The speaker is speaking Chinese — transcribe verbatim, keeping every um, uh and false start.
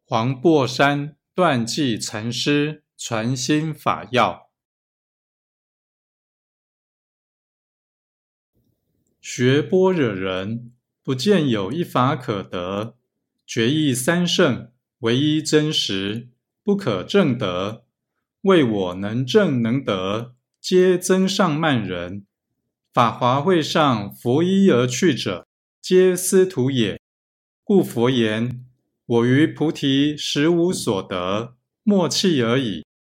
黄檗山断际禅师传心法要。学般若人，不见有一法可得，觉意三圣，唯一真实，不可证得。为我能证能得，皆增上慢人。法华会上拂衣而去者，皆斯徒也。故佛言：我于菩提实无所得，莫弃而已。